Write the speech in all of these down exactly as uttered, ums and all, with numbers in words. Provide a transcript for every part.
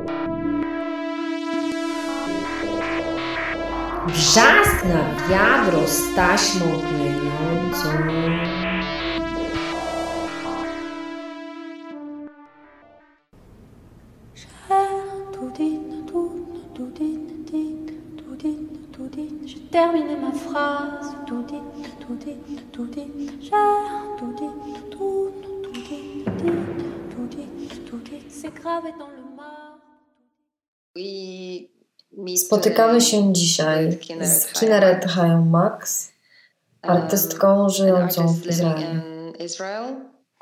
Wrzask na wiadro z taśmą klejącą. Je termine ma phrase, tout dit, tout dit, tout dit, j'ai tout dit, tout, tout dit, tout dit, tout dit, c'est gravé dans le marbre. Spotykamy się dzisiaj z Kinneret Hayam-Max, artystką żyjącą w Izraelu.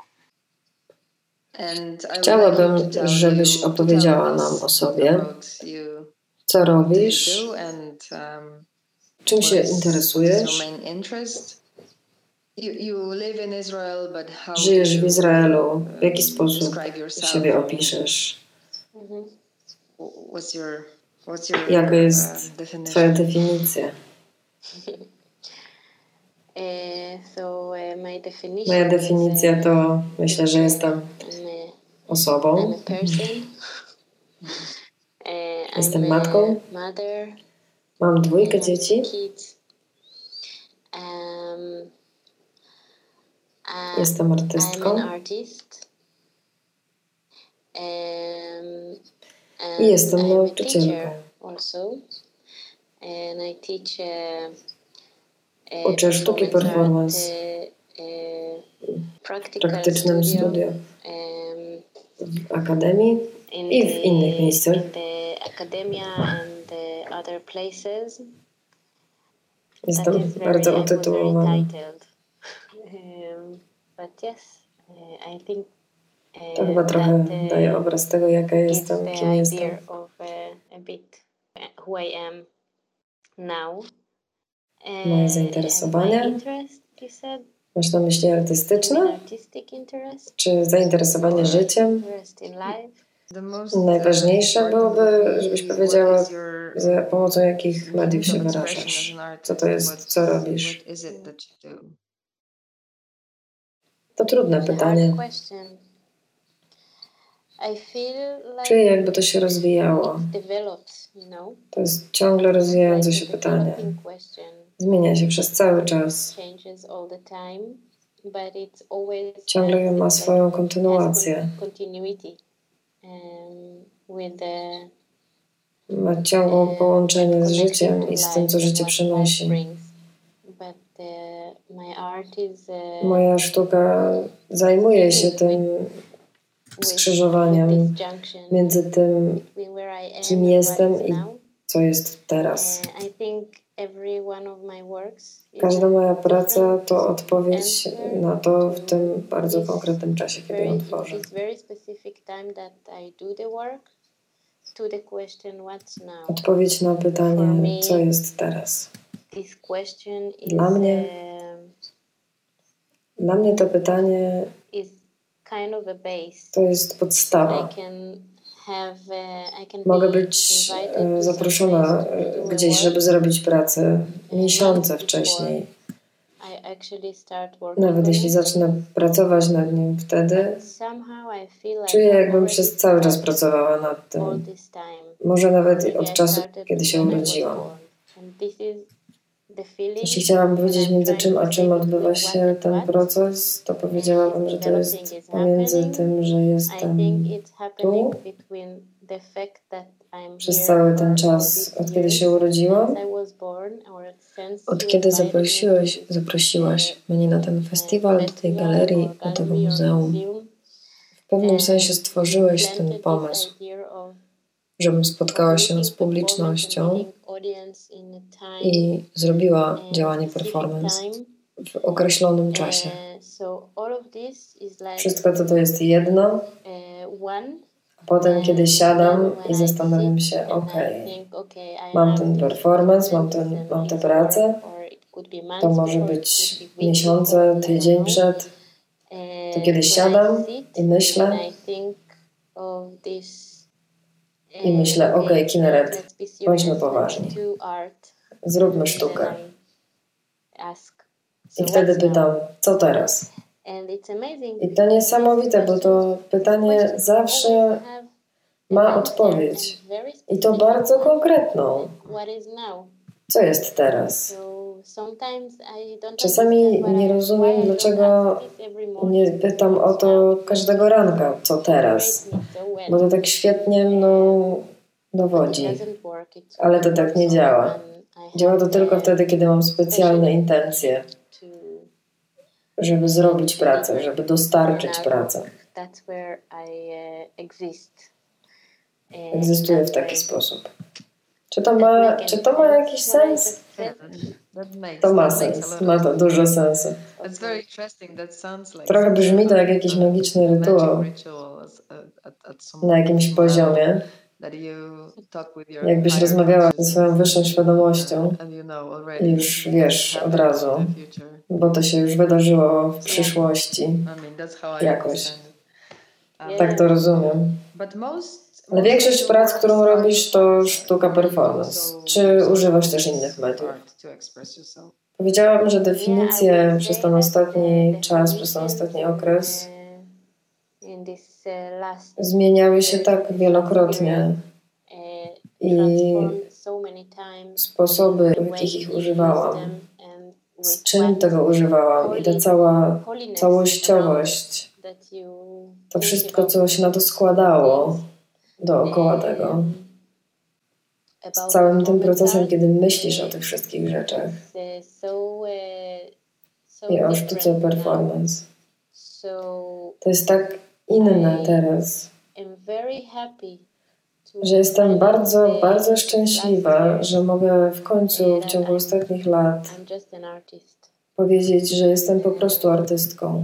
Chciałabym, żebyś opowiedziała nam o sobie, co robisz, czym się interesujesz. Żyjesz w Izraelu, w jaki sposób siebie opiszesz? Jaka jest twoja definicja? Moja definicja to, myślę, że jestem osobą. Jestem matką. Mam dwójkę dzieci. Jestem artystką. I jestem nauczycielką. Uczę sztuki performance w praktycznym studiu w akademii i w innych miejscach. Jestem bardzo utytułowany. To chyba trochę daje obraz tego, jaka jestem, kim jestem. Moje zainteresowania? Masz na myśli artystyczne? Czy zainteresowanie życiem? Najważniejsze byłoby, żebyś powiedziała, za pomocą jakich mediów się wyrażasz. Co to jest, co robisz? To trudne pytanie. Czuję, jakby to się rozwijało. To jest ciągle rozwijające się pytanie. Zmienia się przez cały czas. Ciągle ma swoją kontynuację. Ma ciągłe połączenie z życiem i z tym, co życie przynosi. Moja sztuka zajmuje się tym skrzyżowaniem między tym, kim jestem i co jest teraz. Każda moja praca to odpowiedź na to w tym bardzo konkretnym czasie, kiedy ją tworzę. Odpowiedź na pytanie, co jest teraz. Dla mnie, dla mnie to pytanie to jest podstawa. Mogę być zaproszona gdzieś, żeby zrobić pracę miesiące wcześniej. Nawet jeśli zacznę pracować nad nim wtedy, czuję, jakbym przez cały czas pracowała nad tym. Może nawet od czasu, kiedy się urodziłam. Jeśli chciałabym powiedzieć, między czym a czym odbywa się ten proces, to powiedziałabym, że to jest pomiędzy tym, że jestem tu przez cały ten czas, od kiedy się urodziłam, od kiedy zaprosiłeś, zaprosiłaś mnie na ten festiwal, do tej galerii, do tego muzeum. W pewnym sensie stworzyłeś ten pomysł, żebym spotkała się z publicznością i zrobiła działanie performance w określonym czasie. Wszystko to to jest jedno, a potem kiedy siadam i zastanawiam się, ok, mam ten performance, mam, ten, mam tę pracę, to może być miesiące, tydzień przed, to kiedy siadam i myślę, I myślę, okej, okay, Kinneret, bądźmy poważni. Zróbmy sztukę. I wtedy pytam, co teraz? I to niesamowite, bo to pytanie zawsze ma odpowiedź. I to bardzo konkretną. Co jest teraz? Czasami nie rozumiem, dlaczego nie pytam o to każdego ranka, co teraz. Bo to tak świetnie mną dowodzi. Ale to tak nie działa. Działa to tylko wtedy, kiedy mam specjalne intencje, żeby zrobić pracę, żeby dostarczyć pracę. Egzystuję w taki sposób. Czy to ma, czy to ma jakiś sens? To ma sens. Ma to dużo sensu. Trochę brzmi to jak jakiś magiczny rytuał na jakimś poziomie. Jakbyś rozmawiała ze swoją wyższą świadomością i już wiesz od razu, bo to się już wydarzyło w przyszłości jakoś. Tak to rozumiem. Ale większość prac, którą robisz, to sztuka performance. Czy używasz też innych mediów? Powiedziałam, że definicje przez ten ostatni czas, przez ten ostatni okres zmieniały się tak wielokrotnie i sposoby, w jakich ich używałam, z czym tego używałam i ta cała całościowość, to wszystko, co się na to składało dookoła tego, z całym tym procesem, kiedy myślisz o tych wszystkich rzeczach i o sztuce performance. To jest tak inne teraz, że jestem bardzo, bardzo szczęśliwa, że mogę w końcu w ciągu ostatnich lat powiedzieć, że jestem po prostu artystką.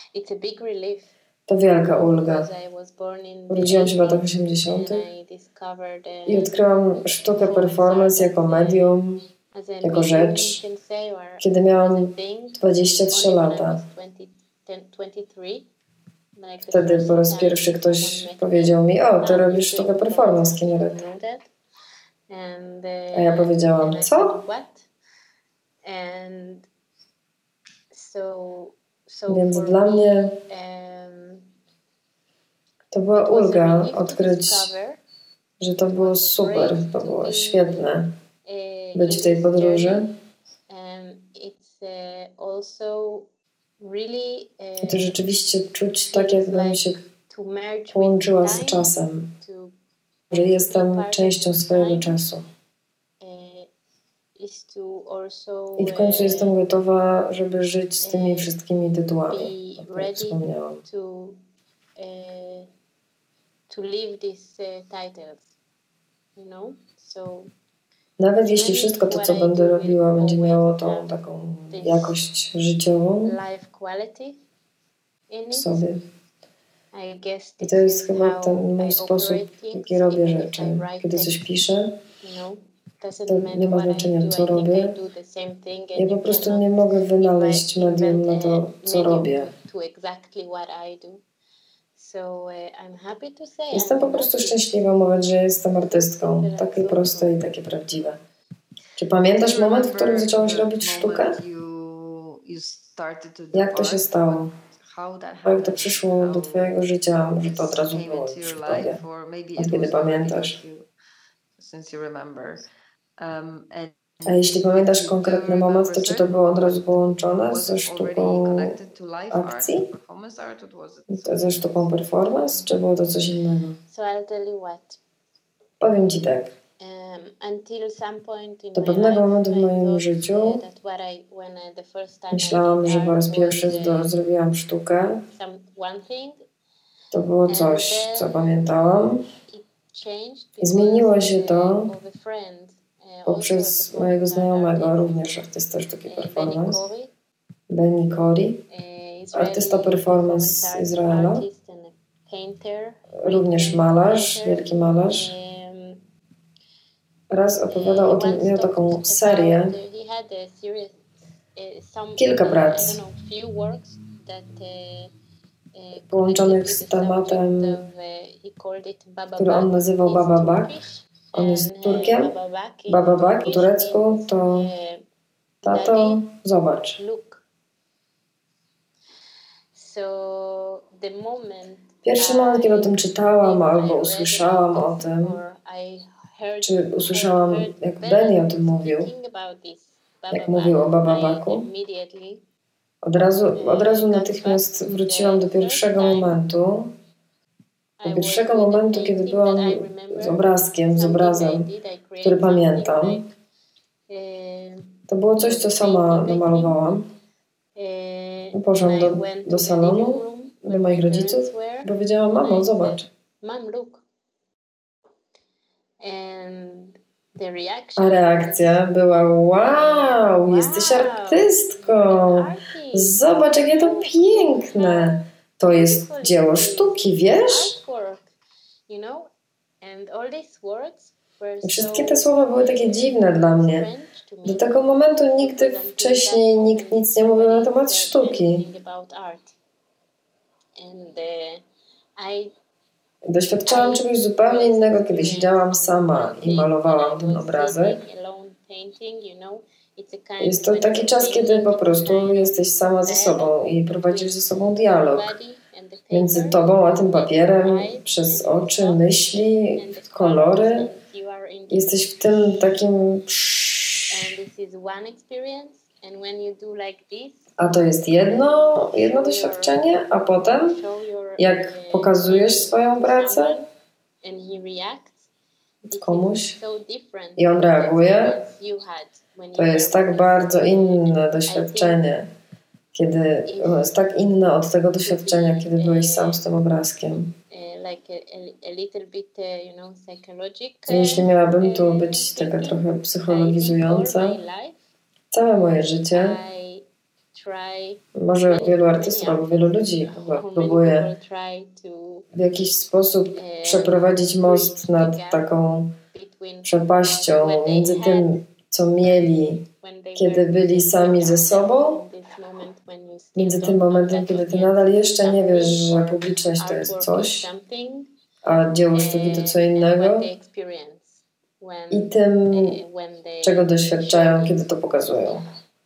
To wielka ulga. Urodziłam się w latach osiemdziesiątych i odkryłam sztukę performance jako medium, jako rzecz, kiedy miałam dwadzieścia trzy lata. Wtedy po raz pierwszy ktoś powiedział mi: o, ty robisz sztukę performance, Kineret. A ja powiedziałam: co? Więc dla mnie to była ulga odkryć, że to było super, to było świetne być w tej podróży. I to rzeczywiście czuć tak, jakbym się połączyła z czasem, że jestem częścią swojego czasu. I w końcu jestem gotowa, żeby żyć z tymi wszystkimi tytułami, o których wspomniałam. Nawet jeśli wszystko to, co będę robiła, będzie miało tą taką jakość życiową w sobie. I to jest chyba ten mój sposób, w jaki robię rzeczy. Kiedy coś piszę, to nie ma znaczenia, co robię. Ja po prostu nie mogę wynaleźć medium na to, co robię. Jestem po prostu szczęśliwa mówić, że jestem artystką. Takie proste i takie prawdziwe. Czy pamiętasz moment, w którym zaczęłaś robić sztukę? Jak to się stało? Jak to przyszło do twojego życia? Może to od razu było już w tobie. Od kiedy pamiętasz? A jeśli pamiętasz konkretny moment, to czy to było od razu połączone ze sztuką akcji? Ze sztuką performance? Czy było to coś innego? Powiem ci tak. Do pewnego momentu w moim życiu myślałam, że po raz pierwszy do, zrobiłam sztukę. To było coś, co pamiętałam. I zmieniło się to poprzez mojego znajomego, również artysta sztuki performance, Benny Corey, artysta performance z Izraela, również malarz, wielki malarz. Raz opowiadał o tym, miał taką serię, kilka prac połączonych z tematem, który on nazywał Baba Bak. On jest Turkiem. Baba Bak po turecku to tato, zobacz. Pierwszy moment, kiedy o tym czytałam albo usłyszałam o tym, czy usłyszałam, jak Benny o tym mówił, jak mówił o Baba Baku, od razu, od razu natychmiast wróciłam do pierwszego momentu, do pierwszego momentu, kiedy byłam z obrazkiem, z obrazem, który pamiętam. To było coś, co sama namalowałam. Poszłam do, do salonu, do moich rodziców i powiedziałam: mamo, zobacz. A reakcja była: wow, jesteś artystką. Zobacz, jakie to piękne. To jest dzieło sztuki, wiesz? I wszystkie te słowa były takie dziwne dla mnie. Do tego momentu nigdy wcześniej nikt nic nie mówił na temat sztuki. Doświadczałam czegoś zupełnie innego, kiedy siedziałam sama i malowałam ten obrazek. Jest to taki czas, kiedy po prostu jesteś sama ze sobą i prowadzisz ze sobą dialog między tobą a tym papierem, przez oczy, myśli, kolory. Jesteś w tym takim... A to jest jedno, jedno doświadczenie, a potem jak pokazujesz swoją pracę komuś i on reaguje, to jest tak bardzo inne doświadczenie, kiedy jest tak inne od tego doświadczenia, kiedy byłeś sam z tym obrazkiem. Jeśli miałabym tu być taka trochę psychologizująca, całe moje życie, może wielu artystów albo wielu ludzi próbuje w jakiś sposób przeprowadzić most nad taką przepaścią między tym, co mieli, kiedy byli sami ze sobą, między tym momentem, kiedy ty nadal jeszcze nie wiesz, że publiczność to jest coś, a dzieło sztuki to co innego, i tym, czego doświadczają, kiedy to pokazują.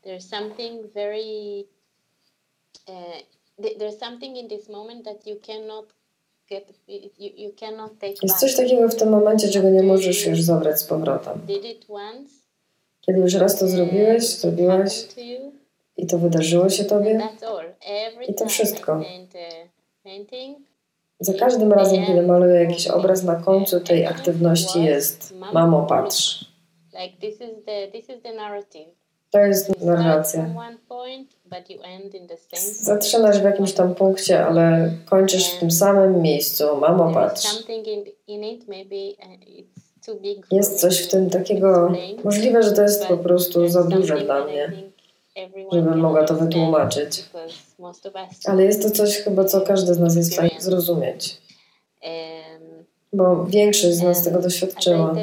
Jest coś takiego w tym momencie, czego nie możesz już zabrać z powrotem. Kiedy już raz to zrobiłeś, zrobiłaś i to wydarzyło się tobie, i to wszystko. Za każdym razem, kiedy maluję jakiś obraz, na końcu tej aktywności jest: mamo, patrz. To jest narracja. Zaczynasz w jakimś tam punkcie, ale kończysz w tym samym miejscu. Mamo, patrz. Jest coś w tym takiego... Możliwe, że to jest po prostu za duże dla mnie, żebym mogła to wytłumaczyć. Ale jest to coś chyba, co każdy z nas jest w stanie zrozumieć. Bo większość z nas tego doświadczyła.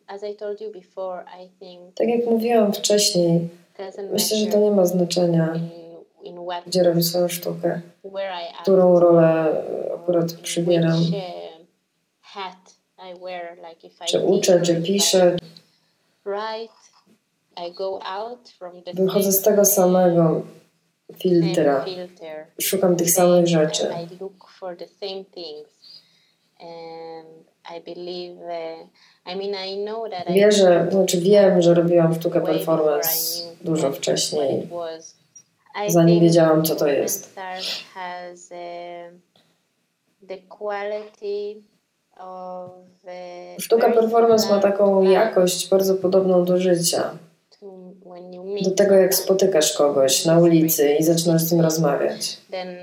Tak jak mówiłam wcześniej, myślę, że to nie ma znaczenia, gdzie robię swoją sztukę, którą rolę akurat przybieram. Czy uczę, czy piszę. Wychodzę z tego samego filtra. Szukam tych samych rzeczy. Wierzę, znaczy wiem, że robiłam sztukę performance dużo wcześniej, zanim wiedziałam, co to jest. Sztuka performance ma taką jakość bardzo podobną do życia. Do tego, jak spotykasz kogoś na ulicy i zaczynasz z nim rozmawiać.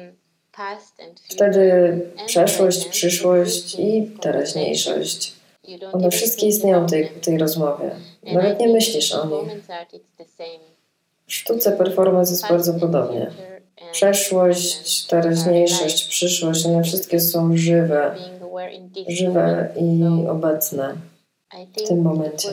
Wtedy przeszłość, przyszłość i teraźniejszość. One wszystkie istnieją w tej, w tej rozmowie. Nawet nie myślisz o nich. W sztuce performance jest bardzo podobnie. Przeszłość, teraźniejszość, przyszłość, one wszystkie są żywe. Żywe i obecne w tym momencie.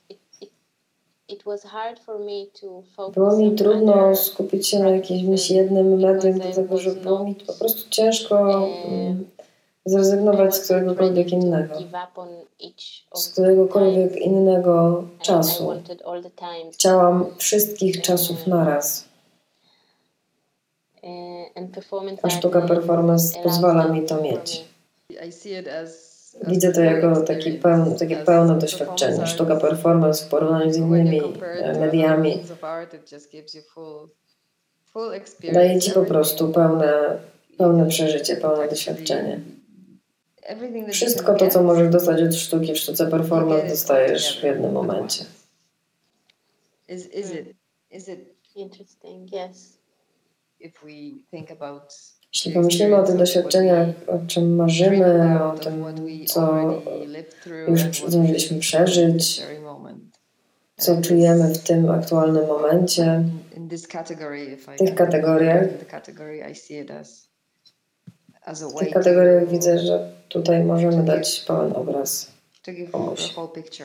Było mi trudno skupić się na jakimś jednym medium, dlatego że było mi po prostu ciężko um, zrezygnować z któregokolwiek innego. Z któregokolwiek innego czasu. Chciałam wszystkich czasów naraz. A sztuka performance pozwala mi to mieć. Widzę to jako taki pełn, takie pełne doświadczenie. Sztuka performance w porównaniu z innymi mediami daje Ci po prostu pełne, pełne przeżycie, pełne doświadczenie. Wszystko to, co możesz dostać od sztuki w sztuce performance, dostajesz w jednym momencie. Jeśli pomyślimy o tych doświadczeniach, o czym marzymy, o tym, co już zdążyliśmy przeżyć, co czujemy w tym aktualnym momencie, w tych kategoriach, w tych kategoriach widzę, że tutaj możemy dać pełen obraz komuś.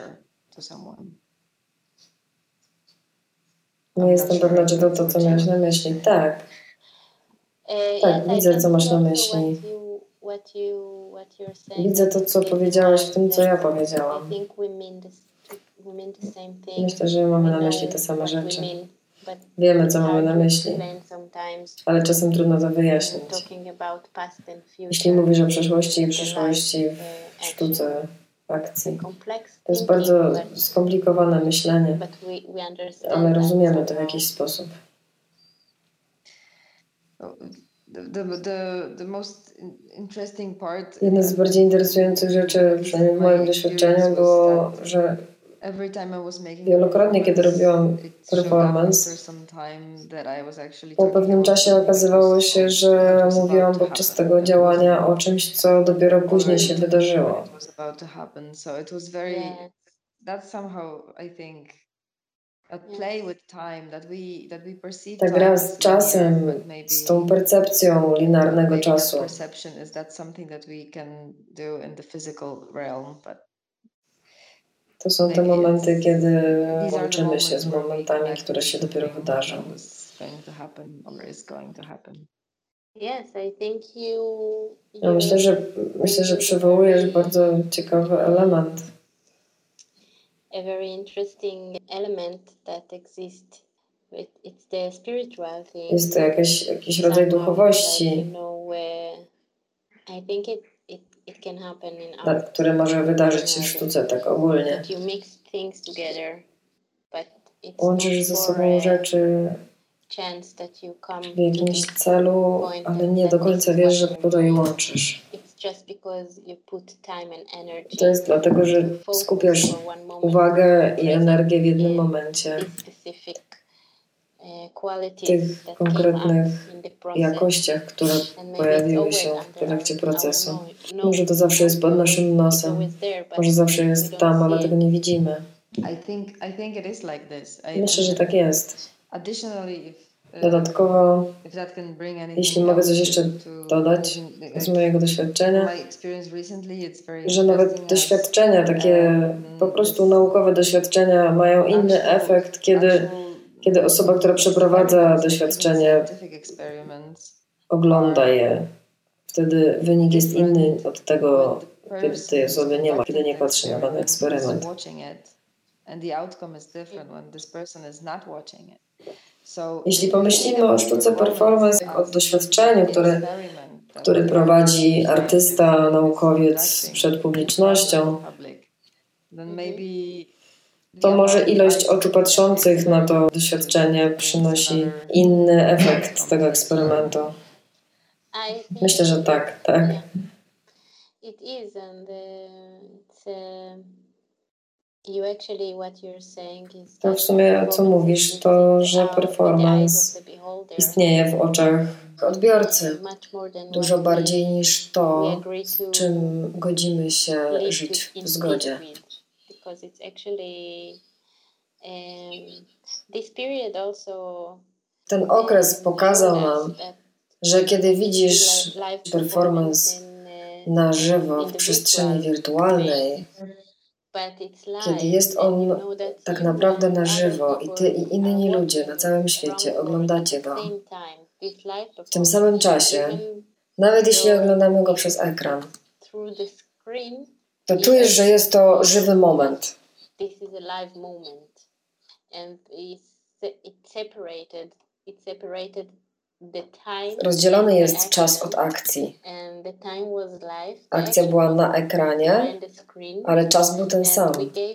Nie jestem pewna, czy to to, co miałeś na myśli. Tak. Tak, widzę, co masz na myśli. Widzę to, co powiedziałaś w tym, co ja powiedziałam. Myślę, że mamy na myśli te same rzeczy. Wiemy, co mamy na myśli, ale czasem trudno to wyjaśnić. Jeśli mówisz o przeszłości i przyszłości w sztuce akcji, to jest bardzo skomplikowane myślenie, ale rozumiemy to w jakiś sposób. Jedna z bardziej interesujących rzeczy, przynajmniej w moim doświadczeniu, było, że wielokrotnie, kiedy robiłam performance, po pewnym czasie okazywało się, że mówiłam podczas tego działania o czymś, co dopiero później się wydarzyło. Ta gra z czasem, z tą percepcją linearnego czasu. To są te momenty, kiedy łączymy się z momentami, które się dopiero wydarzą. Ja myślę, że myślę, że przywołujesz bardzo ciekawy element. A very interesting element that exists. It, it's the spiritual thing. Jest to jakiś, jakiś rodzaj duchowości, I think it, it, it can happen in art, który może wydarzyć się w sztuce tak ogólnie. Łączysz ze sobą rzeczy w jakimś celu, ale nie do końca wiesz, że po to je łączysz. To jest dlatego, że skupiasz uwagę i energię w jednym momencie tych konkretnych jakościach, które pojawiły się w trakcie procesu. Może to zawsze jest pod naszym nosem, może zawsze jest tam, ale tego nie widzimy. Myślę, że tak jest. Dodatkowo, jeśli mogę coś jeszcze dodać z mojego doświadczenia, że nawet doświadczenia, takie po prostu naukowe doświadczenia mają inny efekt, kiedy, kiedy osoba, która przeprowadza doświadczenie, ogląda je. Wtedy wynik jest inny od tego, kiedy tej osoby nie ma, kiedy nie patrzy na dany eksperyment. Jeśli pomyślimy o sztuce performance, o doświadczeniu, które, który prowadzi artysta, naukowiec przed publicznością, to może ilość oczu patrzących na to doświadczenie przynosi inny efekt tego eksperymentu. Myślę, że tak, tak. To w sumie, co mówisz, to, że performance istnieje w oczach odbiorcy dużo bardziej niż to, z czym godzimy się żyć w zgodzie. Ten okres pokazał nam, że kiedy widzisz performance na żywo w przestrzeni wirtualnej, kiedy jest on tak naprawdę na żywo i ty i inni ludzie na całym świecie oglądacie go w tym samym czasie, nawet jeśli oglądamy go przez ekran, to czujesz, że jest to żywy moment. rozdzielony jest czas od akcji. Akcja była na ekranie, ale czas był ten sam.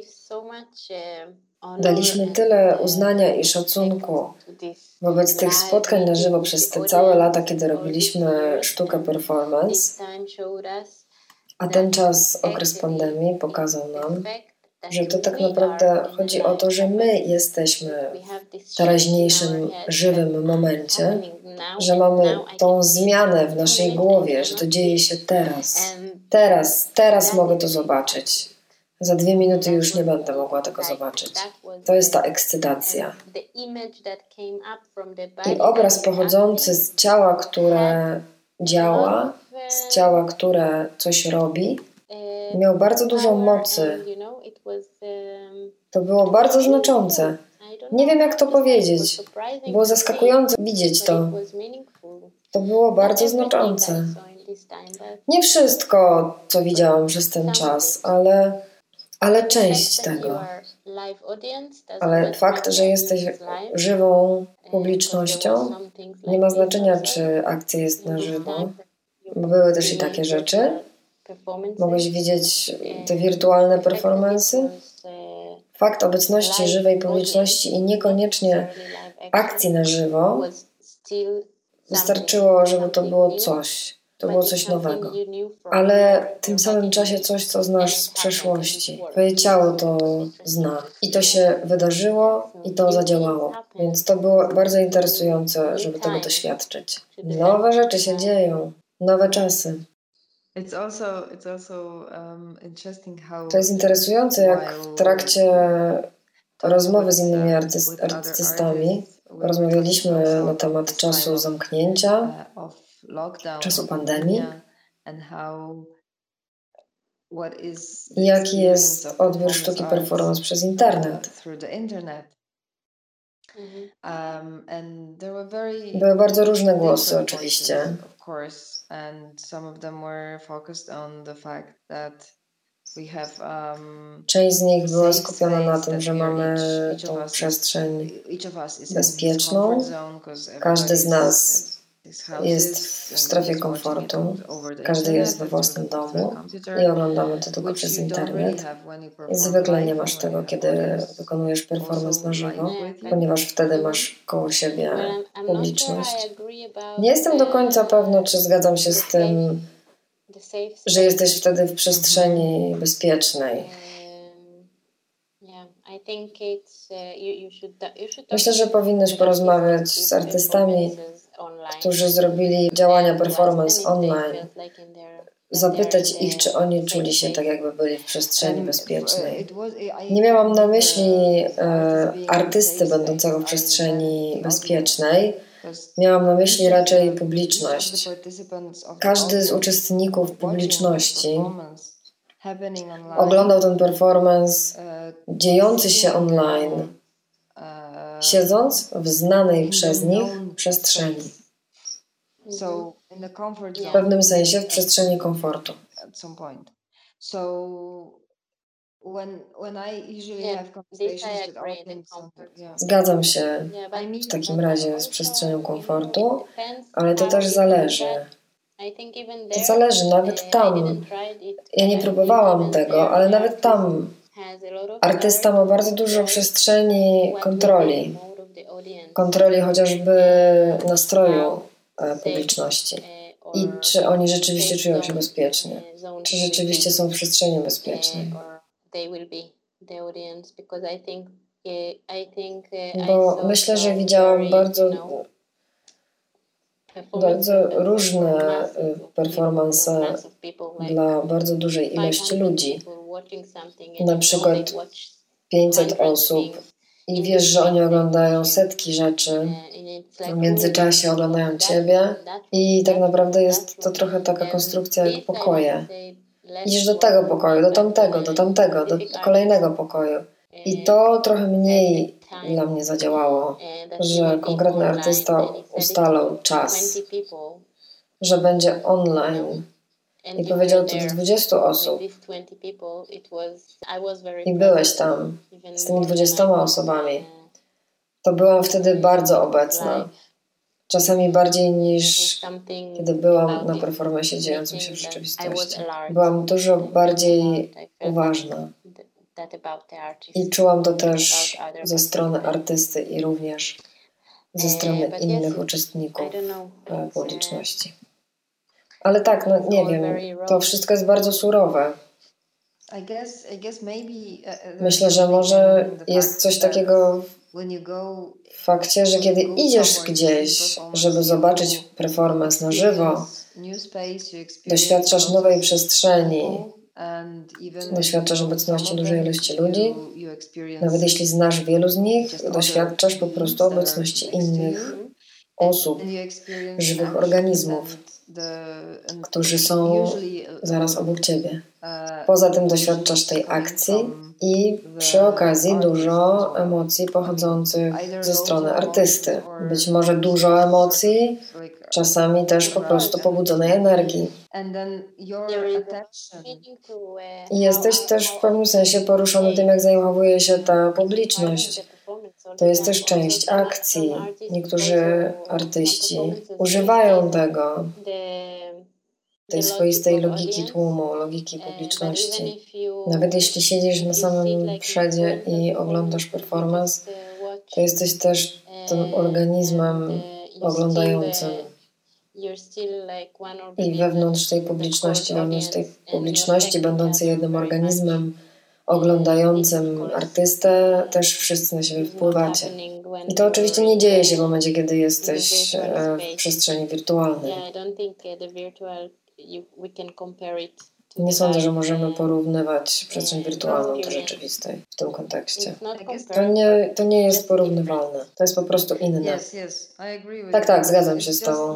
Daliśmy tyle uznania i szacunku wobec tych spotkań na żywo przez te całe lata, kiedy robiliśmy sztukę performance, a ten czas, okres pandemii pokazał nam, że to tak naprawdę chodzi o to, że my jesteśmy w teraźniejszym, żywym momencie, że mamy tą zmianę w naszej głowie, że to dzieje się teraz. Teraz, teraz mogę to zobaczyć. Za dwie minuty już nie będę mogła tego zobaczyć. To jest ta ekscytacja. I obraz pochodzący z ciała, które działa, z ciała, które coś robi, miał bardzo dużo mocy. To było bardzo znaczące. Nie wiem, jak to powiedzieć. Było zaskakujące widzieć to. To było bardzo znaczące. Nie wszystko, co widziałam przez ten czas, ale, ale część tego. Ale fakt, że jesteś żywą publicznością, nie ma znaczenia, czy akcja jest na żywo. Bo były też i takie rzeczy. Mogłeś widzieć te wirtualne performance'y. Fakt obecności żywej publiczności i niekoniecznie akcji na żywo wystarczyło, żeby to było coś. To było coś nowego. Ale w tym samym czasie coś, co znasz z przeszłości. Twoje ciało to zna. I to się wydarzyło i to zadziałało. Więc to było bardzo interesujące, żeby tego doświadczyć. Nowe rzeczy się dzieją. Nowe czasy. To jest interesujące, jak w trakcie rozmowy z innymi artyst, artystami rozmawialiśmy na temat czasu zamknięcia, czasu pandemii i jaki jest odbiór sztuki performance przez internet. Były bardzo różne głosy oczywiście. Część z nich była skupiona na tym, że mamy tą przestrzeń bezpieczną. Każdy z nas jest w strefie komfortu. Każdy jest we własnym domu i oglądamy to tylko przez internet. I zwykle nie masz tego, kiedy wykonujesz performance na żywo, ponieważ wtedy masz koło siebie publiczność. Nie jestem do końca pewna, czy zgadzam się z tym, że jesteś wtedy w przestrzeni bezpiecznej. Myślę, że powinnaś porozmawiać z artystami, którzy zrobili działania performance online, zapytać ich, czy oni czuli się tak, jakby byli w przestrzeni bezpiecznej. Nie miałam na myśli e, artysty będącego w przestrzeni bezpiecznej. Miałam na myśli raczej publiczność. Każdy z uczestników publiczności oglądał ten performance dziejący się online, siedząc w znanej przez nich przestrzeni. W pewnym sensie w przestrzeni komfortu. Zgadzam się w takim razie z przestrzenią komfortu, ale to też zależy. To zależy, nawet tam. Ja nie próbowałam tego, ale nawet tam artysta ma bardzo dużo przestrzeni kontroli. Kontroli chociażby nastroju publiczności. I czy oni rzeczywiście czują się bezpiecznie. Czy rzeczywiście są w przestrzeni bezpiecznej. Bo myślę, że widziałam bardzo bardzo różne performanse dla bardzo dużej ilości ludzi. Na przykład pięćset osób i wiesz, że oni oglądają setki rzeczy, w międzyczasie oglądają ciebie i tak naprawdę jest to trochę taka konstrukcja jak pokoje. Idziesz do tego pokoju, do tamtego, do tamtego, do kolejnego pokoju. I to trochę mniej dla mnie zadziałało, że konkretny artysta ustalał czas, że będzie online i powiedział to do dwudziestu osób. I byłeś tam z tymi dwudziestoma osobami. To byłam wtedy bardzo obecna. Czasami bardziej niż kiedy byłam na performance'ie dziejącym się w rzeczywistości. Byłam dużo bardziej uważna. I czułam to też ze strony artysty i również ze strony innych uczestników publiczności. Ale tak, no nie wiem, to wszystko jest bardzo surowe. Myślę, że może jest coś takiego w fakcie, że kiedy idziesz gdzieś, żeby zobaczyć performance na żywo, doświadczasz nowej przestrzeni, doświadczasz obecności dużej ilości ludzi. Nawet jeśli znasz wielu z nich, doświadczasz po prostu obecności innych osób, żywych organizmów, którzy są zaraz obok ciebie. Poza tym doświadczasz tej akcji i przy okazji dużo emocji pochodzących ze strony artysty. Być może dużo emocji, czasami też po prostu pobudzonej energii. I jesteś też w pewnym sensie poruszony tym, jak zachowuje się ta publiczność. To jest też część akcji. Niektórzy artyści używają tego, tej swoistej logiki tłumu, logiki publiczności. Nawet jeśli siedzisz na samym przedzie i oglądasz performance, to jesteś też tym organizmem oglądającym. I wewnątrz tej publiczności, wewnątrz tej publiczności, będącej jednym organizmem oglądającym artystę, też wszyscy na siebie wpływacie. I to oczywiście nie dzieje się w momencie, kiedy jesteś w przestrzeni wirtualnej. Nie sądzę, że możemy porównywać przestrzeń wirtualną do rzeczywistej w tym kontekście. To nie, to nie jest porównywalne. To jest po prostu inne. Tak, tak, zgadzam się z Tobą.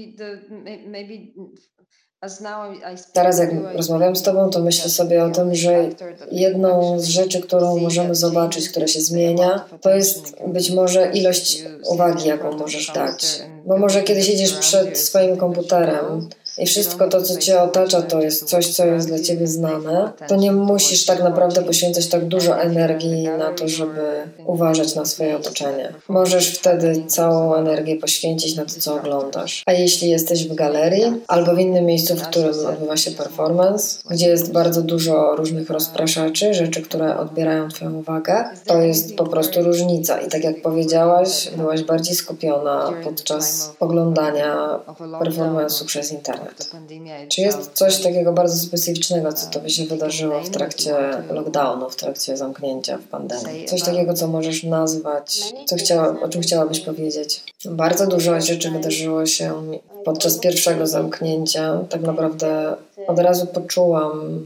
Teraz jak rozmawiam z Tobą, to myślę sobie o tym, że jedną z rzeczy, którą możemy zobaczyć, która się zmienia, to jest być może ilość uwagi, jaką możesz dać. Bo może kiedy siedzisz przed swoim komputerem i wszystko to, co Cię otacza, to jest coś, co jest dla Ciebie znane, to nie musisz tak naprawdę poświęcać tak dużo energii na to, żeby uważać na swoje otoczenie. Możesz wtedy całą energię poświęcić na to, co oglądasz. A jeśli jesteś w galerii albo w innym miejscu, w którym odbywa się performance, gdzie jest bardzo dużo różnych rozpraszaczy, rzeczy, które odbierają Twoją uwagę, to jest po prostu różnica. I tak jak powiedziałaś, byłaś bardziej skupiona podczas oglądania performance'u przez internet. Czy jest coś takiego bardzo specyficznego, co Tobie się wydarzyło w trakcie lockdownu, w trakcie zamknięcia w pandemii? Coś takiego, co możesz nazwać, co chciała, o czym chciałabyś powiedzieć? Bardzo dużo rzeczy wydarzyło się podczas pierwszego zamknięcia. Tak naprawdę od razu poczułam,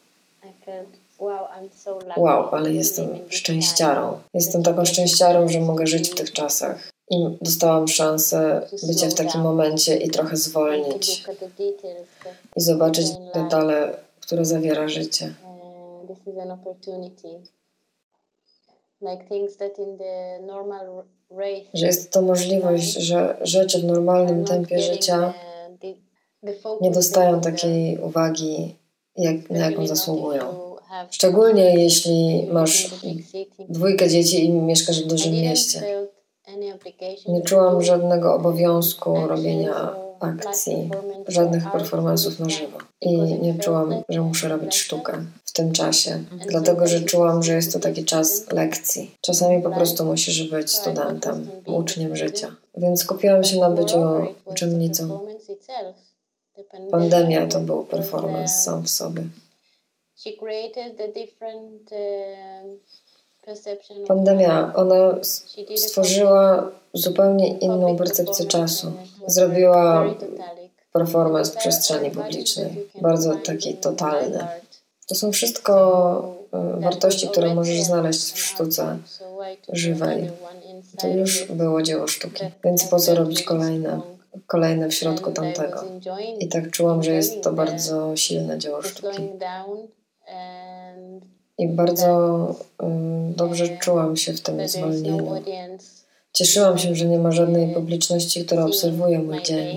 wow, ale jestem szczęściarą. Jestem taką szczęściarą, że mogę żyć w tych czasach. I dostałam szansę bycia w takim momencie i trochę zwolnić i zobaczyć detale, które zawiera życie. Że jest to możliwość, że rzeczy w normalnym tempie życia nie dostają takiej uwagi, jak, na jaką zasługują. Szczególnie jeśli masz dwójkę dzieci i mieszkasz w dużym mieście. Nie czułam żadnego obowiązku robienia akcji, żadnych performance'ów na żywo. I nie czułam, że muszę robić sztukę w tym czasie, dlatego że czułam, że jest to taki czas lekcji. Czasami po prostu musisz być studentem, uczniem życia. Więc skupiłam się na byciu uczennicą. Pandemia to był performance sam w sobie. Pandemia, ona stworzyła zupełnie inną percepcję czasu. Zrobiła performance w przestrzeni publicznej, bardzo taki totalny. To są wszystko wartości, które możesz znaleźć w sztuce żywej. To już było dzieło sztuki, więc po co robić kolejne, kolejne w środku tamtego. I tak czułam, że jest to bardzo silne dzieło sztuki. I bardzo um, dobrze czułam się w tym zwolnieniu. Cieszyłam się, że nie ma żadnej publiczności, która obserwuje mój dzień.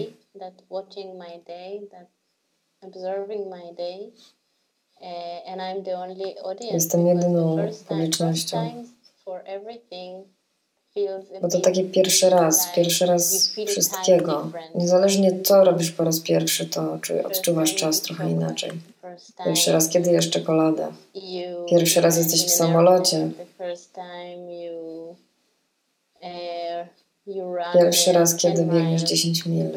Jestem jedyną publicznością. Bo to taki pierwszy raz, pierwszy raz wszystkiego. Niezależnie co robisz po raz pierwszy, to czy odczuwasz czas trochę inaczej. Pierwszy raz, kiedy jesz czekoladę. Pierwszy raz jesteś w samolocie. Pierwszy raz, kiedy biegniesz dziesięć mil.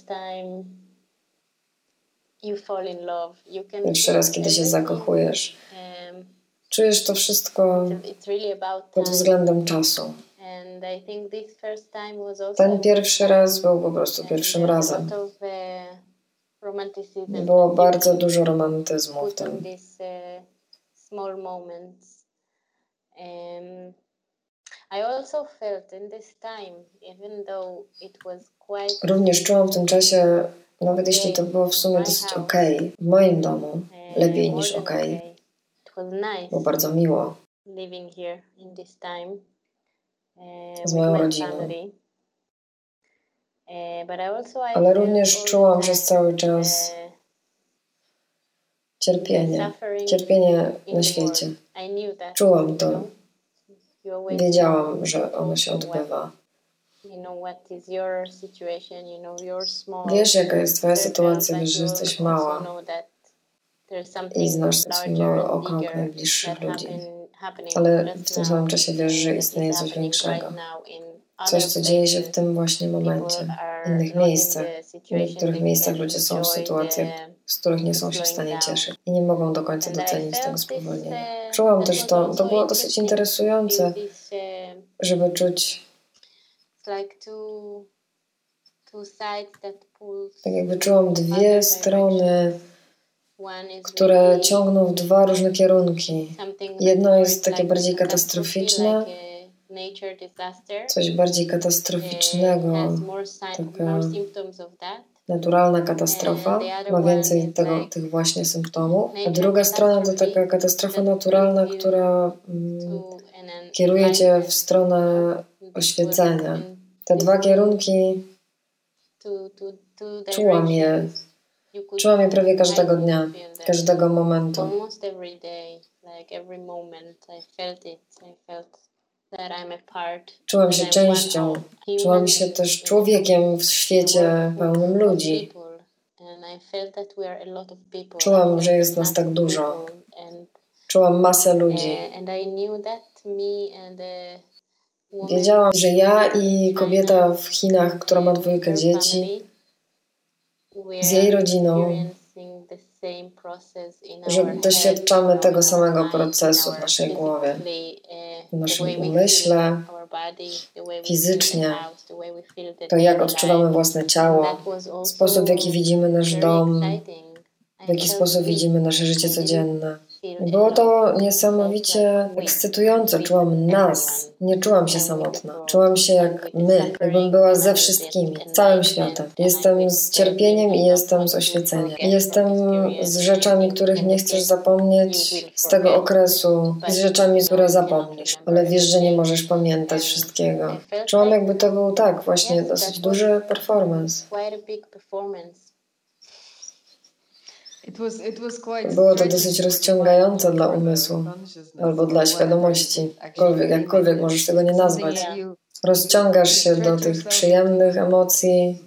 Pierwszy raz, kiedy się zakochujesz. Czujesz to wszystko pod względem czasu. Ten pierwszy raz był po prostu pierwszym razem. Było bardzo dużo romantyzmu w tym. Również czułam w tym czasie, nawet jeśli to było w sumie dosyć okej, w moim domu, lepiej niż okej. Było bardzo miło z moją rodziną. Ale również czułam przez cały czas cierpienie, cierpienie na świecie. Czułam to. Wiedziałam, że ono się odbywa. Wiesz, jaka jest twoja sytuacja, wiesz, że jesteś mała i znasz swój mały okrąg najbliższych ludzi. Ale w tym samym czasie wiesz, że istnieje coś większego. Coś, co dzieje się w tym właśnie momencie, w innych miejscach. W niektórych miejscach ludzie są w sytuacjach, z których nie są się w stanie cieszyć i nie mogą do końca docenić tego spowolnienia. Czułam też to, to było dosyć interesujące, żeby czuć tak jakby czułam dwie strony, które ciągną w dwa różne kierunki. Jedno jest takie bardziej katastroficzne, coś bardziej katastroficznego, taka naturalna katastrofa, ma więcej tego, tych właśnie symptomów. A druga strona to taka katastrofa naturalna, która mm, kieruje cię w stronę oświecenia. Te dwa kierunki czułam je. Czułam je prawie każdego dnia, każdego momentu. Czułam się częścią, czułam się też człowiekiem w świecie pełnym ludzi. Czułam, że jest nas tak dużo. Czułam masę ludzi. Wiedziałam, że ja i kobieta w Chinach, która ma dwójkę dzieci, z jej rodziną, że doświadczamy tego samego procesu w naszej głowie, w naszym umyśle, fizycznie, to jak odczuwamy własne ciało, sposób, w jaki widzimy nasz dom, w jaki sposób widzimy nasze życie codzienne. Było to niesamowicie ekscytujące. Czułam nas. Nie czułam się samotna. Czułam się jak my. Jakbym była ze wszystkimi. Całym światem. Jestem z cierpieniem i jestem z oświeceniem. I jestem z rzeczami, których nie chcesz zapomnieć z tego okresu. Z rzeczami, które zapomnisz. Ale wiesz, że nie możesz pamiętać wszystkiego. Czułam, jakby to był tak właśnie dosyć duży performance. Było to dosyć rozciągające dla umysłu albo dla świadomości. Jakkolwiek, jakkolwiek możesz tego nie nazwać. Rozciągasz się do tych przyjemnych emocji,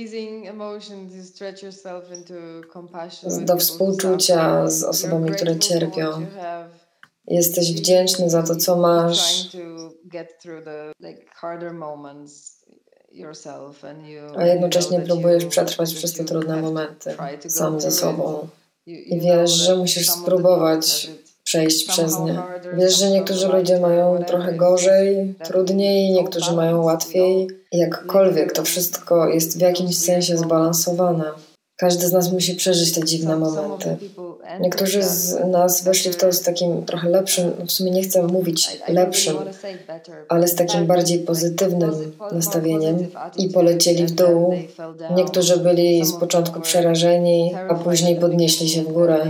do współczucia z osobami, które cierpią. Jesteś wdzięczny za to, co masz. A jednocześnie próbujesz przetrwać przez te trudne momenty sam ze sobą. I wiesz, że musisz spróbować przejść przez nie. Wiesz, że niektórzy ludzie mają trochę gorzej, trudniej, niektórzy mają łatwiej. I jakkolwiek to wszystko jest w jakimś sensie zbalansowane. Każdy z nas musi przeżyć te dziwne momenty. Niektórzy z nas weszli w to z takim trochę lepszym, w sumie nie chcę mówić lepszym, ale z takim bardziej pozytywnym nastawieniem i polecieli w dół. Niektórzy byli z początku przerażeni, a później podnieśli się w górę.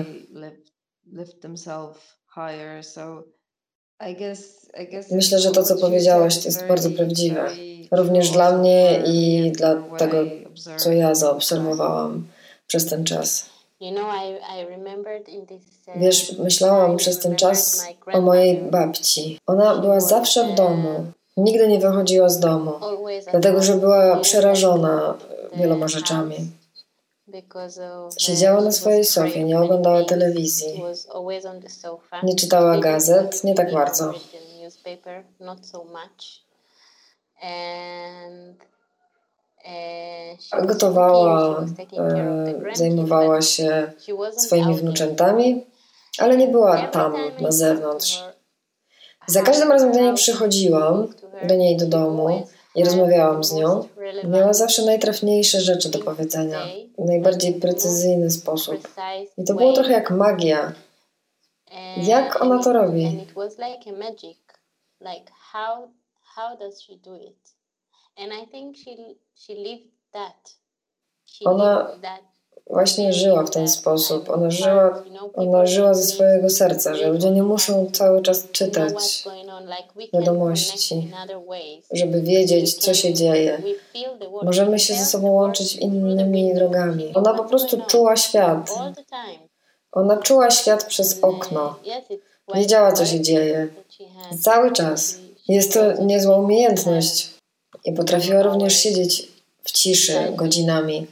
Myślę, że to, co powiedziałaś, to jest bardzo prawdziwe. Również dla mnie i dla tego, co ja zaobserwowałam przez ten czas. Wiesz, myślałam przez ten czas o mojej babci. Ona była zawsze w domu. Nigdy nie wychodziła z domu, dlatego że była przerażona wieloma rzeczami. Siedziała na swojej sofie, nie oglądała telewizji, nie czytała gazet, nie tak bardzo. Gotowała, e, zajmowała się swoimi wnuczętami, ale nie była tam, na zewnątrz. Za każdym razem do niej przychodziłam, do niej do domu i rozmawiałam z nią. Miała zawsze najtrafniejsze rzeczy do powiedzenia, w najbardziej precyzyjny sposób. I to było trochę jak magia. Jak ona to robi? Ona właśnie żyła w ten sposób. Ona żyła, ona żyła ze swojego serca, że ludzie nie muszą cały czas czytać wiadomości, żeby wiedzieć, co się dzieje. Możemy się ze sobą łączyć innymi drogami. Ona po prostu czuła świat. Ona czuła świat przez okno. Wiedziała, co się dzieje. Cały czas. Jest to niezła umiejętność. I potrafiła również siedzieć w ciszy godzinami.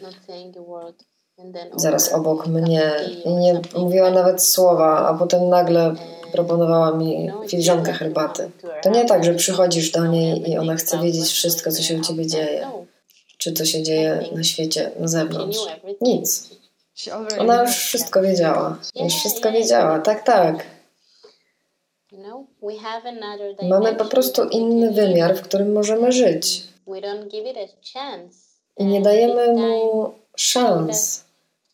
Zaraz obok mnie i nie mówiła nawet słowa, a potem nagle proponowała mi filiżankę herbaty. To nie tak, że przychodzisz do niej i ona chce wiedzieć wszystko, co się u ciebie dzieje. Czy co się dzieje na świecie, na zewnątrz. Nic. Ona już wszystko wiedziała. Już wszystko wiedziała. Tak, tak. Mamy po prostu inny wymiar, w którym możemy żyć. I nie dajemy mu szans.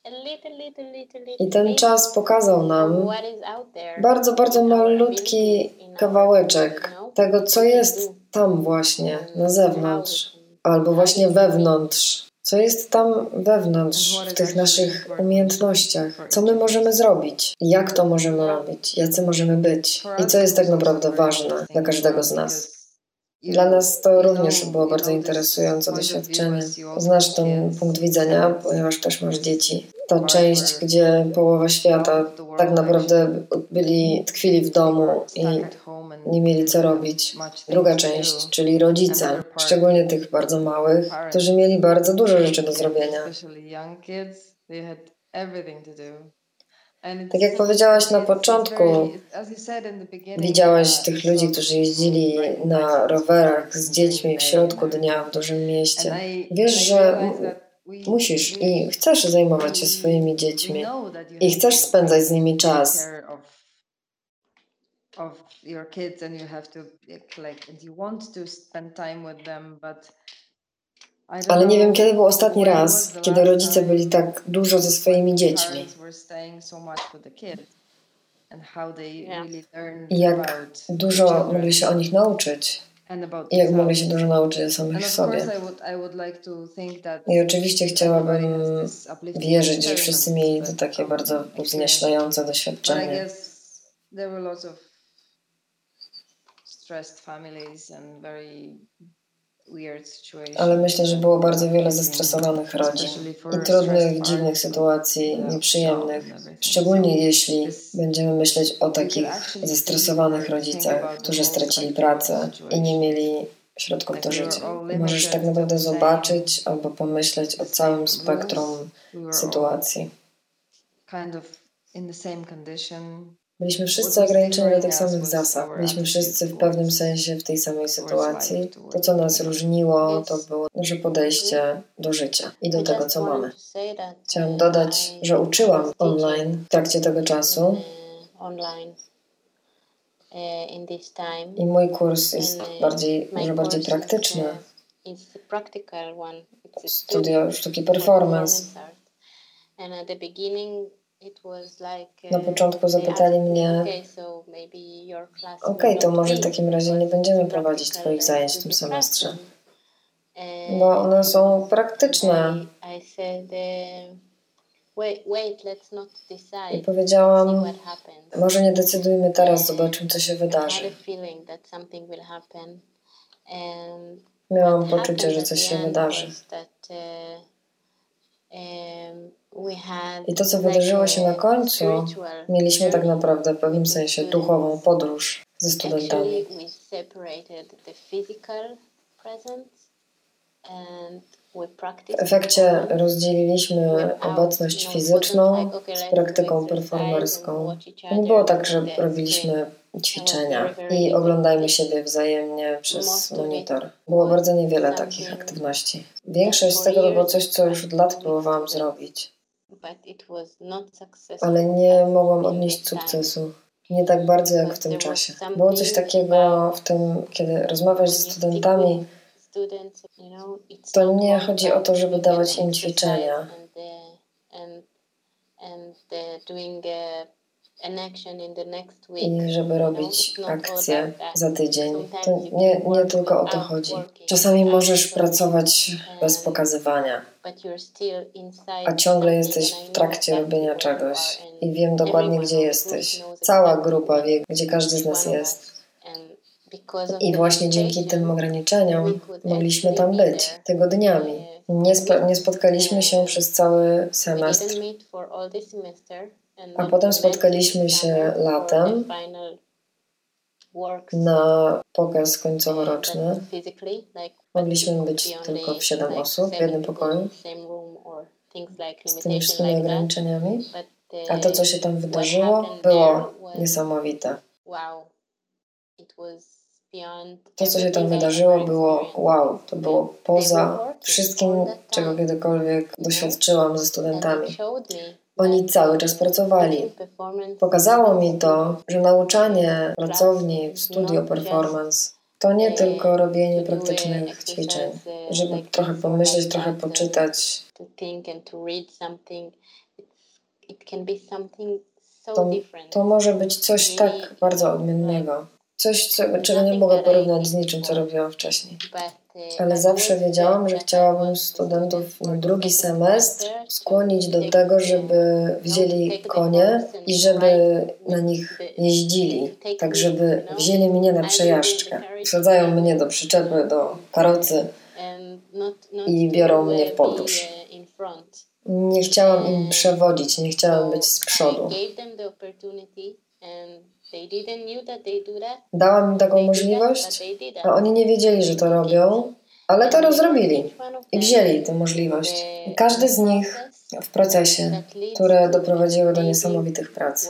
I ten czas pokazał nam bardzo, bardzo malutki kawałeczek tego, co jest tam właśnie, na zewnątrz, albo właśnie wewnątrz. Co jest tam wewnątrz, w tych naszych umiejętnościach. Co my możemy zrobić? Jak to możemy robić? Jacy możemy być? I co jest tak naprawdę ważne dla każdego z nas? Dla nas to również było bardzo interesujące doświadczenie. Znasz ten punkt widzenia, ponieważ też masz dzieci. Ta część, gdzie połowa świata tak naprawdę byli, tkwili w domu i nie mieli co robić. Druga część, czyli rodzice, szczególnie tych bardzo małych, którzy mieli bardzo dużo rzeczy do zrobienia. Tak jak powiedziałaś na początku, widziałaś tych ludzi, którzy jeździli na rowerach z dziećmi w środku dnia w dużym mieście. Wiesz, że musisz i chcesz zajmować się swoimi dziećmi i chcesz spędzać z nimi czas. Ale nie wiem, kiedy był ostatni raz, kiedy rodzice byli tak dużo ze swoimi dziećmi. I jak dużo mogli się o nich nauczyć. I jak mogli się dużo nauczyć o samych sobie. I oczywiście chciałabym wierzyć, że wszyscy mieli to takie bardzo wznieślające doświadczenie. Ale myślę, że było bardzo wiele zestresowanych rodzin i trudnych, dziwnych sytuacji, nieprzyjemnych. Szczególnie jeśli będziemy myśleć o takich zestresowanych rodzicach, którzy stracili pracę i nie mieli środków do życia. Możesz tak naprawdę zobaczyć albo pomyśleć o całym spektrum sytuacji. Byliśmy wszyscy ograniczeni do tych samych zasad. Byliśmy wszyscy w pewnym sensie w tej samej sytuacji. To, co nas różniło, to było nasze podejście do życia i do tego, co mamy. Chciałam dodać, że uczyłam online w trakcie tego czasu. I mój kurs jest bardziej, może bardziej praktyczny. Studio sztuki performance. Na początku zapytali mnie, okej, to może w takim razie nie będziemy prowadzić Twoich zajęć w tym semestrze, bo one są praktyczne. I powiedziałam, może nie decydujmy teraz, zobaczymy, co się wydarzy. Miałam poczucie, że coś się wydarzy. I to, co wydarzyło się na końcu, mieliśmy tak naprawdę w pewnym sensie duchową podróż. ze studentami. W efekcie rozdzieliliśmy obecność fizyczną z praktyką performerską. Nie było tak, że robiliśmy ćwiczenia i oglądajmy siebie wzajemnie przez monitor. Było bardzo niewiele takich aktywności. Większość z tego to było coś, co już od lat próbowałam zrobić. Ale nie mogłam odnieść sukcesu. Nie tak bardzo jak w tym czasie. Było coś takiego w tym, kiedy rozmawiasz ze studentami, to nie chodzi o to, żeby dawać im ćwiczenia. I żeby robić akcję za tydzień. To nie, nie tylko o to chodzi. Czasami możesz pracować bez pokazywania, a ciągle jesteś w trakcie robienia czegoś i wiem dokładnie, gdzie jesteś. Cała grupa wie, gdzie każdy z nas jest. I właśnie dzięki tym ograniczeniom mogliśmy tam być tygodniami. Nie, spo- nie spotkaliśmy się przez cały semestr, a potem spotkaliśmy się latem na pokaz końcoworoczny. Mogliśmy być tylko w siedem osób w jednym pokoju z tymi wszystkimi ograniczeniami. A to, co się tam wydarzyło, było niesamowite. To, co się tam wydarzyło, było wow. To było poza wszystkim, czego kiedykolwiek doświadczyłam ze studentami. Oni cały czas pracowali. Pokazało mi to, że nauczanie pracowni w studio performance to nie tylko robienie praktycznych ćwiczeń, żeby trochę pomyśleć, trochę poczytać. To, to może być coś tak bardzo odmiennego. Coś, co, czego nie mogę porównać z niczym, co robiłam wcześniej. Ale zawsze wiedziałam, że chciałabym studentów na drugi semestr skłonić do tego, żeby wzięli konie i żeby na nich jeździli. Tak, żeby wzięli mnie na przejażdżkę. Wsadzają mnie do przyczepy, do karocy i biorą mnie w podróż. Nie chciałam im przewodzić, nie chciałam być z przodu. Dałam im taką możliwość, a oni nie wiedzieli, że to robią, ale to zrobili i wzięli tę możliwość. I każdy z nich w procesie, które doprowadziły do niesamowitych prac.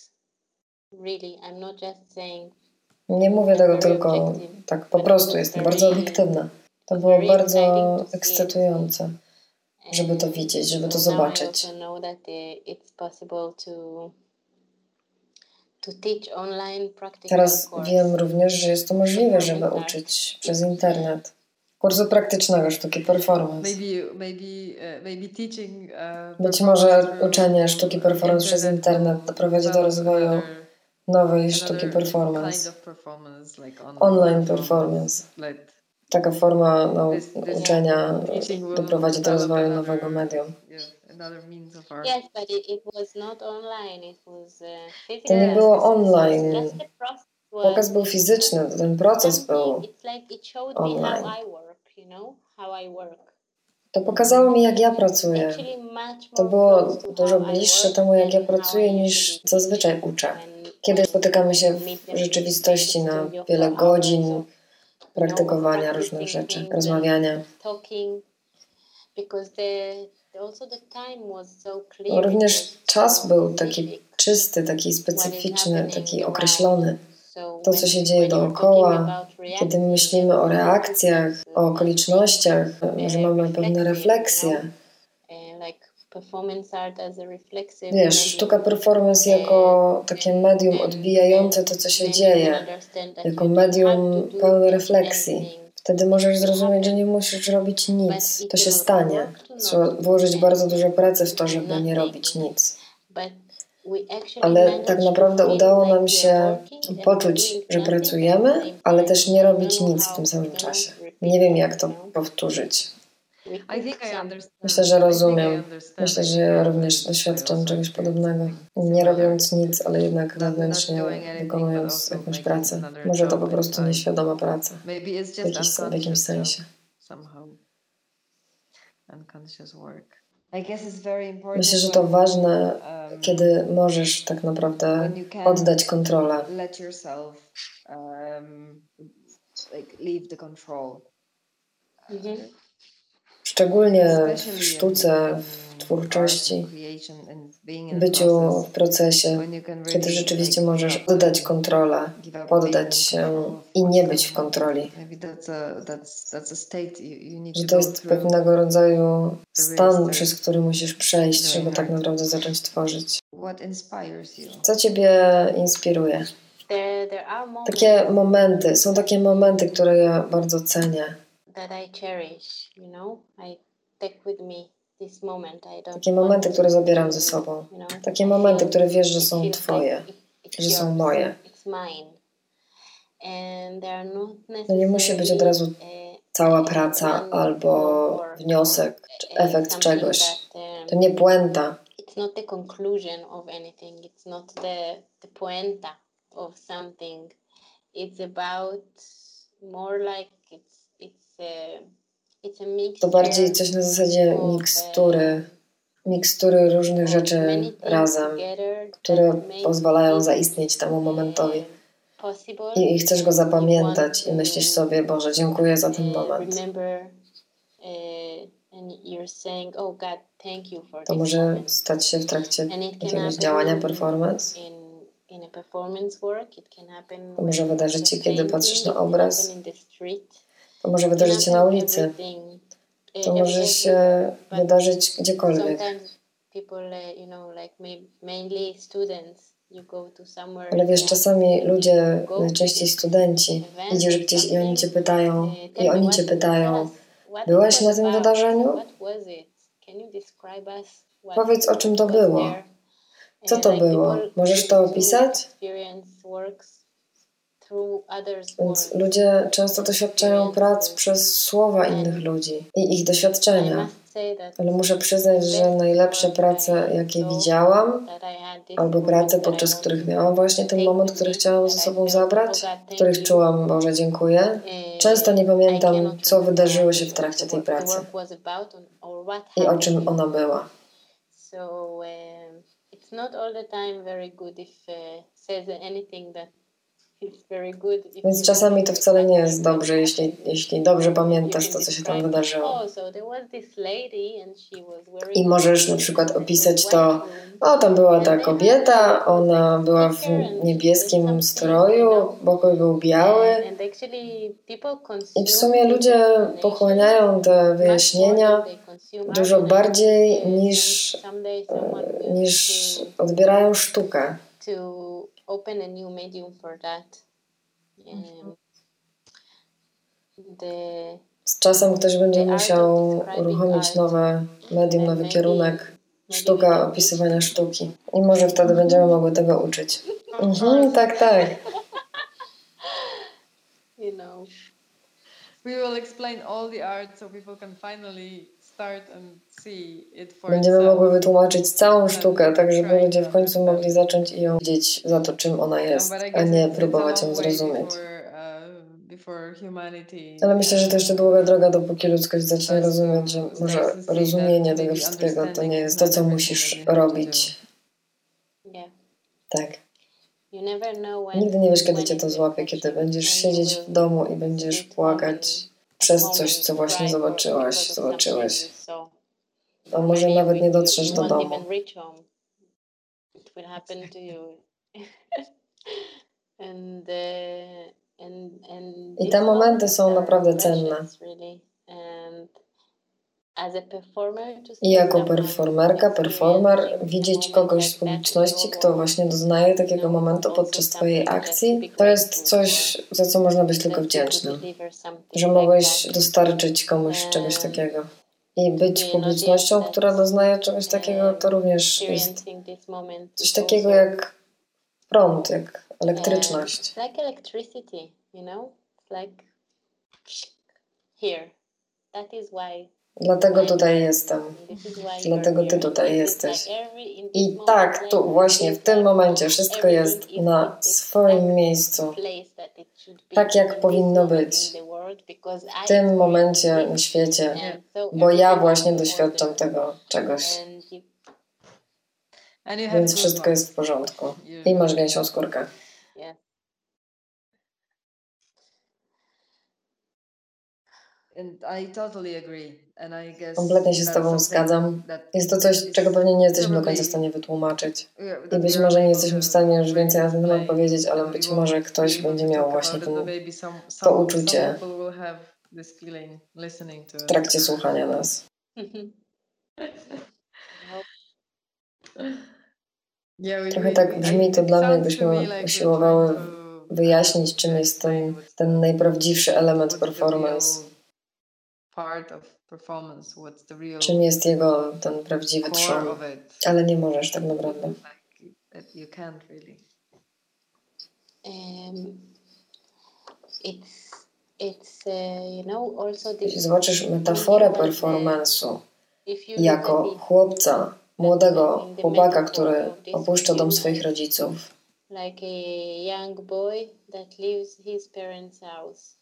Nie mówię tego tylko tak po prostu, jestem bardzo obiektywna. To było bardzo ekscytujące, żeby to widzieć, żeby to zobaczyć. Teraz wiem również, że jest to możliwe, żeby uczyć przez internet. Kursu praktycznego sztuki performance. Być może uczenie sztuki performance przez internet doprowadzi do rozwoju nowej sztuki performance. Online performance. Taka forma no, uczenia doprowadzi do rozwoju nowego medium. To nie było online. Pokaz był fizyczny, ten proces był online. To pokazało mi, jak ja pracuję. To było dużo bliższe temu, jak ja pracuję, niż zazwyczaj uczę. Kiedy spotykamy się w rzeczywistości na wiele godzin praktykowania różnych rzeczy, rozmawiania. Również czas był taki czysty, taki specyficzny, taki określony. To, co się dzieje dookoła, kiedy myślimy o reakcjach, o okolicznościach, że mamy pewne refleksje. Wiesz, sztuka performance jako takie medium odbijające to, co się dzieje, jako medium pełne refleksji. Wtedy możesz zrozumieć, że nie musisz robić nic. To się stanie. Trzeba włożyć bardzo dużo pracy w to, żeby nie robić nic. Ale tak naprawdę udało nam się poczuć, że pracujemy, ale też nie robić nic w tym samym czasie. Nie wiem, jak to powtórzyć. Myślę, że rozumiem. Myślę, że ja również doświadczam czegoś podobnego. Nie robiąc nic, ale jednak wewnętrznie wykonując jakąś pracę. Może to po prostu nieświadoma praca. W, jakiś, w jakimś sensie. Myślę, że to ważne, kiedy możesz tak naprawdę oddać kontrolę. Szczególnie w sztuce, w twórczości, w byciu w procesie, kiedy rzeczywiście możesz oddać kontrolę, poddać się i nie być w kontroli. Że to jest pewnego rodzaju stan, przez który musisz przejść, żeby tak naprawdę zacząć tworzyć. Co Ciebie inspiruje? Takie momenty, są takie momenty, które ja bardzo cenię. Takie momenty, które zabieram ze sobą. Takie momenty, które wiesz, że są Twoje, że są moje. To nie musi być od razu cała praca albo wniosek, czy efekt czegoś. To nie puenta. It's not the conclusion of anything. It's not the, the puenta of something. It's about more like it's it's a it's a mix. To bardziej coś na zasadzie mikstury, mikstury różnych rzeczy razem, które pozwalają zaistnieć temu momentowi. I, I chcesz go zapamiętać i myślisz sobie, Boże, dziękuję za ten moment. To może stać się w trakcie jakiegoś działania performance. To może wydarzyć się, kiedy patrzysz na obraz. To może wydarzyć się na ulicy. To może się wydarzyć gdziekolwiek. Ale wiesz, czasami ludzie, najczęściej studenci, idziesz gdzieś i oni cię pytają, i oni cię pytają, byłaś na tym wydarzeniu? Powiedz, o czym to było. Co to było? Możesz to opisać? Więc ludzie często doświadczają prac przez słowa innych ludzi i ich doświadczenia. Ale muszę przyznać, że najlepsze prace, jakie widziałam, albo prace, podczas których miałam właśnie ten moment, który chciałam ze sobą zabrać, w których czułam, Boże, dziękuję. Często nie pamiętam, co wydarzyło się w trakcie tej pracy i o czym ona była. Więc czasami to wcale nie jest dobrze, jeśli, jeśli dobrze pamiętasz to, co się tam wydarzyło. I możesz na przykład opisać to, o, tam była ta kobieta, ona była w niebieskim stroju, pokój był biały. I w sumie ludzie pochłaniają te wyjaśnienia dużo bardziej niż, niż odbierają sztukę. Open a new medium for that. Um, the, Z czasem ktoś będzie musiał uruchomić nowe medium, nowy kierunek, sztuka opisywania sztuki. I może wtedy będziemy mogły tego uczyć. Mhm, tak, tak. You know. We will explain all the art so people can finally start and see it for Będziemy mogły wytłumaczyć całą sztukę, tak żeby ludzie w końcu mogli zacząć i ją widzieć za to, czym ona jest, a nie próbować ją zrozumieć. Ale myślę, że to jeszcze długa droga, dopóki ludzkość zacznie rozumieć, że może rozumienie tego wszystkiego to nie jest to, co musisz robić. Tak. Nigdy nie wiesz, kiedy cię to złapie, kiedy będziesz siedzieć w domu i będziesz płakać przez coś, co właśnie zobaczyłaś, zobaczyłeś. A może nawet nie dotrzesz do domu. I te momenty są naprawdę cenne. I jako performerka, performer, widzieć kogoś z publiczności, kto właśnie doznaje takiego momentu podczas twojej akcji, to jest coś, za co można być tylko wdzięcznym. Że mogłeś dostarczyć komuś czegoś takiego. I być publicznością, która doznaje czegoś takiego, to również jest coś takiego jak prąd, jak elektryczność. Like electricity, you know? It's like here. That is why Dlatego tutaj jestem. Dlatego ty tutaj jesteś. I tak, tu właśnie w tym momencie wszystko jest na swoim miejscu. Tak jak powinno być. W tym momencie na świecie. Bo ja właśnie doświadczam tego czegoś. Więc wszystko jest w porządku. I masz gęsią skórkę. Kompletnie się z tobą zgadzam. Jest to coś, czego pewnie nie jesteśmy do końca w stanie wytłumaczyć. I być może nie jesteśmy w stanie już więcej na ten temat powiedzieć, ale być może ktoś będzie miał właśnie ten, to uczucie w trakcie słuchania nas. Trochę tak brzmi to dla mnie, jakbyśmy usiłowały wyjaśnić, czym jest ten, ten najprawdziwszy element performance. Czym jest jego ten prawdziwy trzon. Ale nie możesz tak naprawdę. Jeśli zobaczysz metaforę performance'u jako chłopca, młodego chłopaka, który opuszcza dom swoich rodziców. Like a young boy that leaves his parents' house.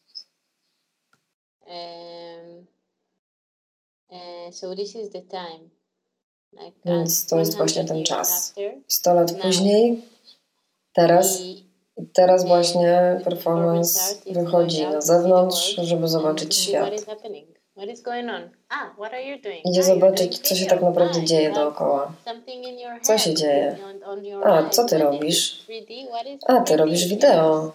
Um, uh, so this is the time. Like Więc to jest właśnie ten czas. Sto lat później, teraz, teraz właśnie performance wychodzi na zewnątrz, żeby zobaczyć świat. Idzie zobaczyć, co się tak naprawdę dzieje dookoła. Co się dzieje? A, co ty robisz? A, ty robisz wideo.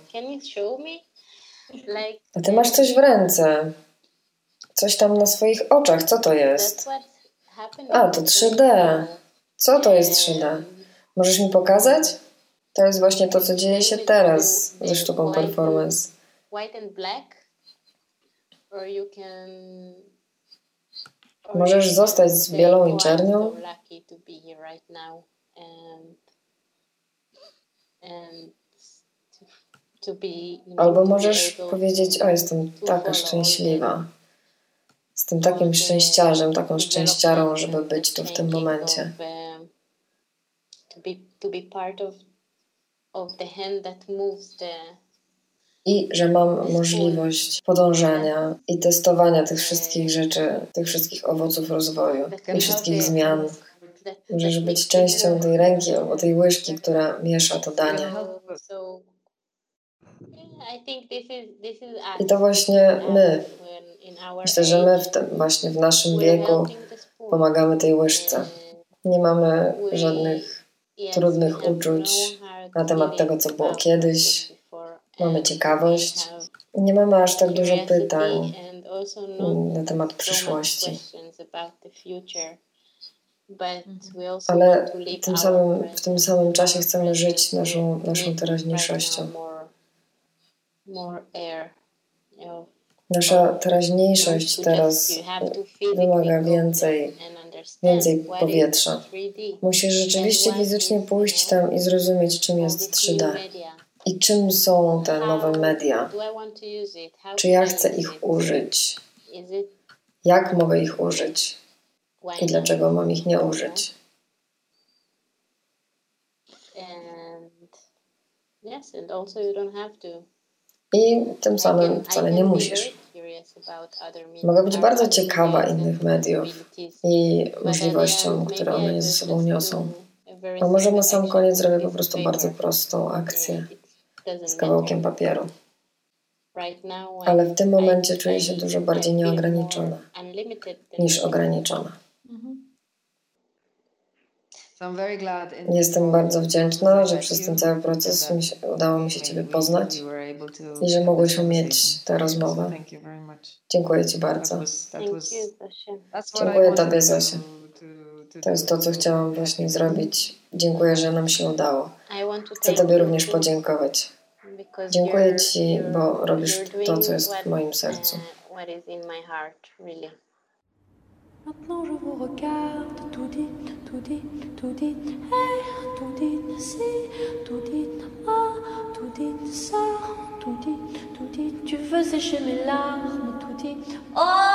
A ty masz coś w ręce. Coś tam na swoich oczach. Co to jest? A, to trzy D. Co to jest trzy D? Możesz mi pokazać? To jest właśnie to, co dzieje się teraz ze sztuką performance. Możesz zostać z bielą i czernią. Albo możesz powiedzieć, o, jestem taka szczęśliwa. Jestem takim szczęściarzem, taką szczęściarą, żeby być tu w tym momencie. I że mam możliwość podążania i testowania tych wszystkich rzeczy, tych wszystkich owoców rozwoju i wszystkich zmian. Możesz być częścią tej ręki albo tej łyżki, która miesza to danie. I to właśnie my. Myślę, że my w tym, właśnie w naszym wieku pomagamy tej łyżce. Nie mamy żadnych trudnych uczuć na temat tego, co było kiedyś. Mamy ciekawość. Nie mamy aż tak dużo pytań na temat przyszłości. Ale w tym samym, w tym samym czasie chcemy żyć naszą, naszą teraźniejszością. Nasza teraźniejszość teraz wymaga więcej, więcej powietrza. Musisz rzeczywiście fizycznie pójść tam i zrozumieć, czym jest trzy D. I czym są te nowe media? Czy ja chcę ich użyć? Jak mogę ich użyć? I dlaczego mam ich nie użyć? I tym samym wcale nie musisz. Mogę być bardzo ciekawa innych mediów i możliwościom, które one ze sobą niosą. A może na sam koniec zrobię po prostu bardzo prostą akcję z kawałkiem papieru. Ale w tym momencie czuję się dużo bardziej nieograniczona niż ograniczona. Jestem bardzo wdzięczna, że przez ten cały proces mi się, udało mi się Ciebie poznać i że mogłyśmy mieć tę rozmowę. Dziękuję Ci bardzo. Dziękuję Tobie, Zosia. To jest to, co chciałam właśnie zrobić. Dziękuję, że nam się udało. Chcę Tobie również podziękować. Dziękuję Ci, bo robisz to, co jest w moim sercu. Maintenant je vous regarde, tout dit, tout dit, tout dit, hey, tout dit, si, tout dit, ah, tout dit, ça, tout dit, tout dit, tu veux sécher mes larmes, tout dit, oh.